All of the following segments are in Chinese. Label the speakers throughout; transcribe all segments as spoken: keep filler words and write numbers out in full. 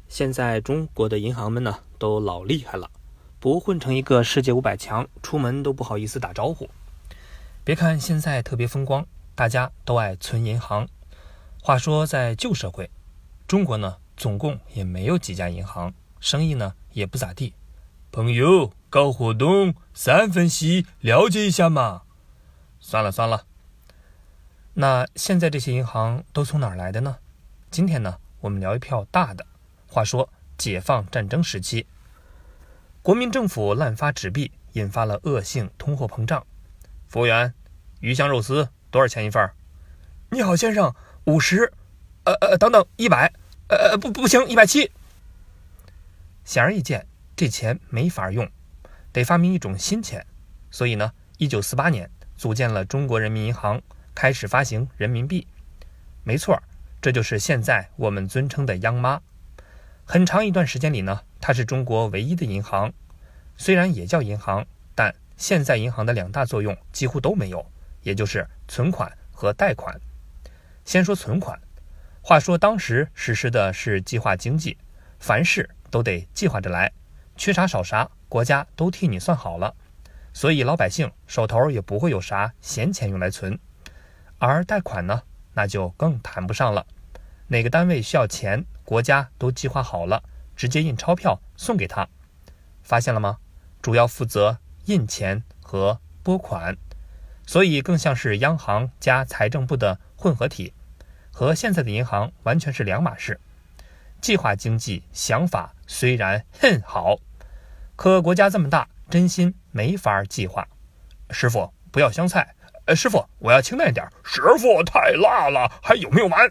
Speaker 1: 现在中国的银行们呢都老厉害了，不混成一个世界五百强，出门都不好意思打招呼。别看现在特别风光，大家都爱存银行。话说在旧社会，中国呢总共也没有几家银行，生意呢也不咋地。朋友搞活动，三分息，了解一下嘛。算了算了。那现在这些银行都从哪儿来的呢？今天呢我们聊一票大的。话说解放战争时期，国民政府滥发纸币，引发了恶性通货膨胀。服务员，鱼香肉丝多少钱一份？你好先生，五十。呃呃，等等，一百。呃不不行，一百七。显而易见，这钱没法用，得发明一种新钱。所以呢，一九四八年组建了中国人民银行，开始发行人民币。没错，这就是现在我们尊称的央妈。很长一段时间里呢，它是中国唯一的银行。虽然也叫银行，但现在银行的两大作用几乎都没有，也就是存款和贷款。先说存款。话说当时实施的是计划经济，凡事都得计划着来，缺啥少啥，国家都替你算好了，所以老百姓手头也不会有啥闲钱用来存。而贷款呢，那就更谈不上了。哪个单位需要钱，国家都计划好了，直接印钞票送给他。发现了吗？主要负责印钱和拨款，所以更像是央行加财政部的混合体，和现在的银行完全是两码事。计划经济想法虽然很好，可国家这么大，真心没法计划。师傅不要香菜，呃，师傅我要清淡一点，师傅太辣了，还有没有完？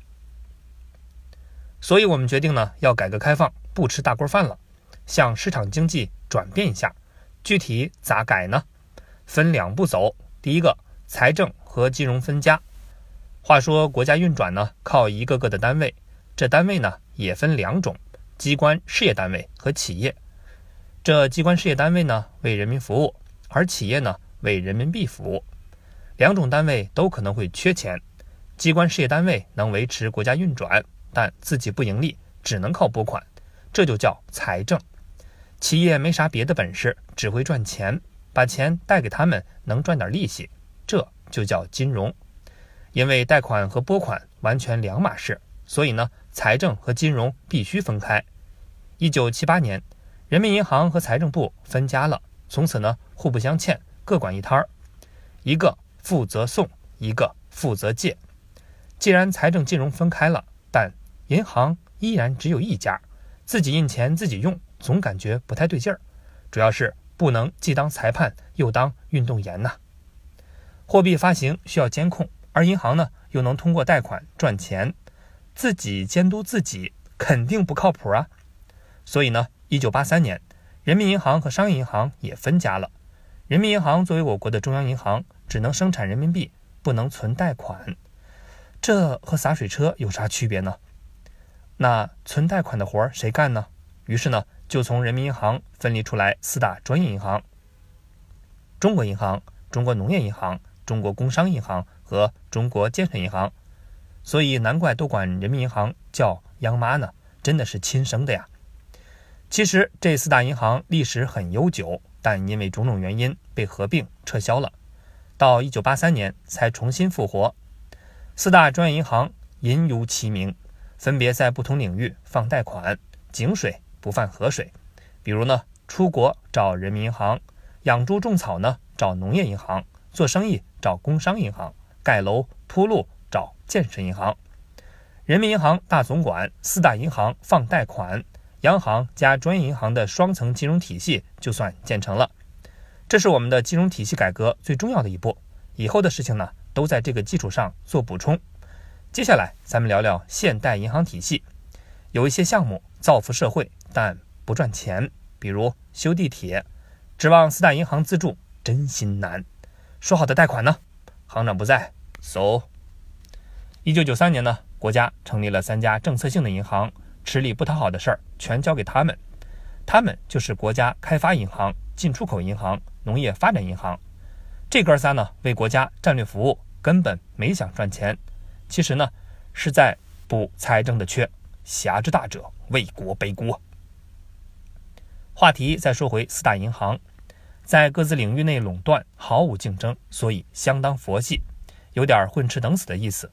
Speaker 1: 所以我们决定呢，要改革开放，不吃大锅饭了，向市场经济转变一下。具体咋改呢？分两步走。第一个，财政和金融分家。话说国家运转呢，靠一个个的单位，这单位呢也分两种，机关事业单位和企业。这机关事业单位呢为人民服务，而企业呢为人民币服务。两种单位都可能会缺钱，机关事业单位能维持国家运转，但自己不盈利，只能靠拨款，这就叫财政。企业没啥别的本事，只会赚钱，把钱贷给他们，能赚点利息，这就叫金融。因为贷款和拨款完全两码事，所以呢，财政和金融必须分开。一九七八年，人民银行和财政部分家了，从此呢，互不相欠，各管一摊儿，一个负责送，一个负责借。既然财政金融分开了，但银行依然只有一家，自己印钱自己用，总感觉不太对劲儿。主要是不能既当裁判又当运动员呐。货币发行需要监控，而银行呢又能通过贷款赚钱，自己监督自己肯定不靠谱啊。所以呢，一九八三年，人民银行和商业银行也分家了。人民银行作为我国的中央银行，只能生产人民币，不能存贷款。这和洒水车有啥区别呢？那存贷款的活谁干呢？于是呢，就从人民银行分离出来四大专业银行：中国银行、中国农业银行、中国工商银行和中国建设银行。所以难怪都管人民银行叫央妈呢，真的是亲生的呀。其实这四大银行历史很悠久，但因为种种原因被合并撤销了，到一九八三年才重新复活。四大专业银行银如其名，分别在不同领域放贷款，井水不犯河水。比如呢，出国找人民银行，养猪种草呢找农业银行，做生意找工商银行，盖楼铺路找建设银行。人民银行大总管，四大银行放贷款，央行加专业银行的双层金融体系就算建成了。这是我们的金融体系改革最重要的一步，以后的事情呢都在这个基础上做补充。接下来咱们聊聊现代银行体系。有一些项目造福社会，但不赚钱，比如修地铁，指望四大银行资助真心难。说好的贷款呢？行长不在，走。一九九三年呢，国家成立了三家政策性的银行，吃力不讨好的事儿全交给他们。他们就是国家开发银行、进出口银行、农业发展银行。这哥仨呢，为国家战略服务，根本没想赚钱。其实呢，是在补财政的缺， 侠之大者，为国背锅。话题再说回四大银行，在各自领域内垄断，毫无竞争，所以相当佛系，有点混吃等死的意思。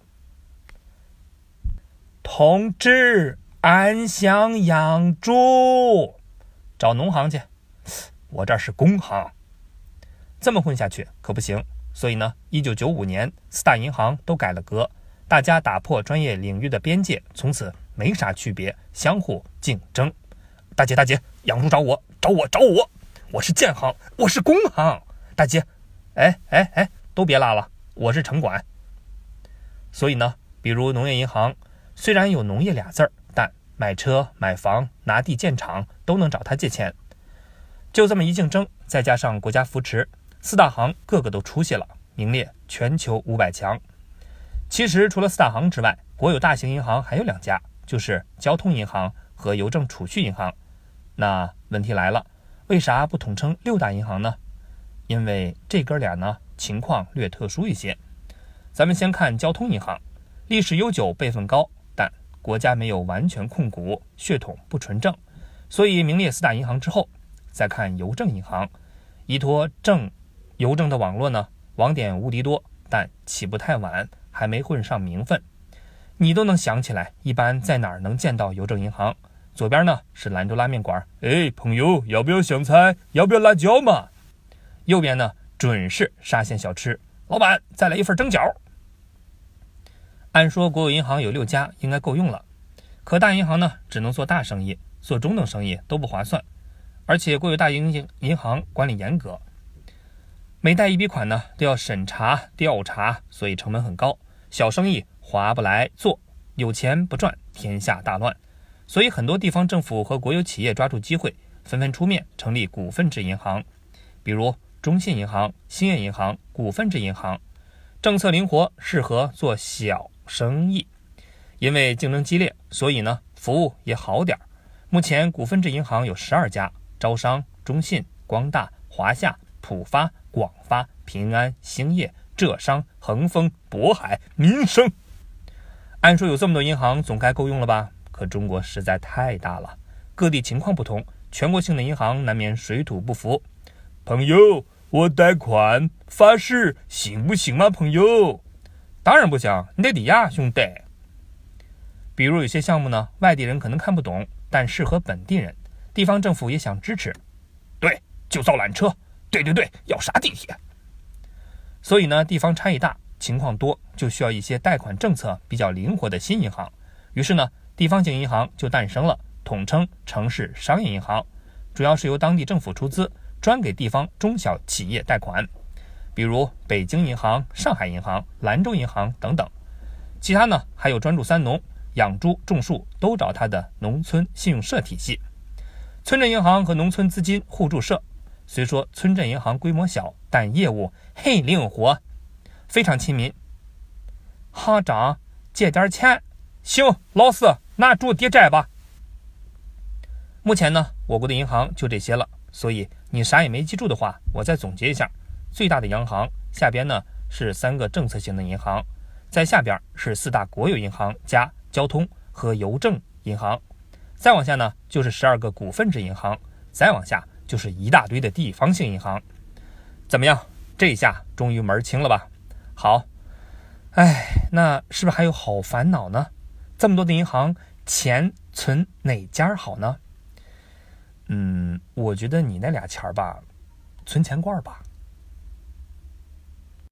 Speaker 1: 同志，俺想养猪，找农行去，我这是工行。这么混下去可不行，所以呢，一九九五年四大银行都改了革，大家打破专业领域的边界，从此没啥区别，相互竞争。大姐大姐，养猪找我，找我找我，我是建行，我是工行。大姐，哎哎哎，都别拉了，我是城管。所以呢，比如农业银行，虽然有农业俩字儿，但买车买房拿地建厂都能找他借钱。就这么一竞争，再加上国家扶持，四大行个个都出息了，名列全球五百强。其实除了四大行之外，国有大型银行还有两家，就是交通银行和邮政储蓄银行。那问题来了，为啥不统称六大银行呢？因为这哥俩呢情况略特殊一些。咱们先看交通银行，历史悠久，辈分高，但国家没有完全控股，血统不纯正，所以名列四大银行之后。再看邮政银行，依托政邮政的网络呢，网点无敌多，但起步太晚，还没混上名分。你都能想起来，一般在哪儿能见到邮政银行？左边呢是兰州拉面馆，哎，朋友要不要香菜？要不要辣椒嘛？右边呢准是沙县小吃，老板再来一份蒸饺。按说国有银行有六家，应该够用了，可大银行呢只能做大生意，做中等生意都不划算。而且国有大银银行管理严格，每贷一笔款呢都要审查调查，所以成本很高，小生意划不来做，有钱不赚，天下大乱。所以很多地方政府和国有企业抓住机会，纷纷出面成立股份制银行，比如中信银行、兴业银行、股份制银行。政策灵活，适合做小生意，因为竞争激烈，所以呢服务也好点。目前股份制银行有十二家，招商、中信、光大、华夏、浦发、广发、平安、兴业、浙商、恒丰、渤海、民生。按说有这么多银行总该够用了吧？可中国实在太大了，各地情况不同，全国性的银行难免水土不服。朋友，我贷款发誓行不行吗？朋友，当然不行，你得抵押，兄弟。比如有些项目呢，外地人可能看不懂，但适合本地人。地方政府也想支持，对，就造缆车，对对对，要啥地铁。所以呢，地方差异大，情况多，就需要一些贷款政策比较灵活的新银行。于是呢，地方型银行就诞生了，统称城市商业银行，主要是由当地政府出资，专给地方中小企业贷款，比如北京银行、上海银行、兰州银行等等。其他呢，还有专注三农，养猪种树都找他的农村信用社体系。村镇银行和农村资金互助社，虽说村镇银行规模小，但业务很灵活，非常亲民。行长，借点钱。行，老四，拿猪抵债吧。目前呢，我国的银行就这些了，所以你啥也没记住的话，我再总结一下：最大的央行，下边呢是三个政策型的银行，在下边是四大国有银行加交通和邮政银行。再往下呢，就是十二个股份制银行，再往下就是一大堆的地方性银行。怎么样？这一下终于门清了吧？好，哎，那是不是还有好烦恼呢？这么多的银行，钱存哪家好呢？嗯，我觉得你那俩钱吧，存钱罐吧。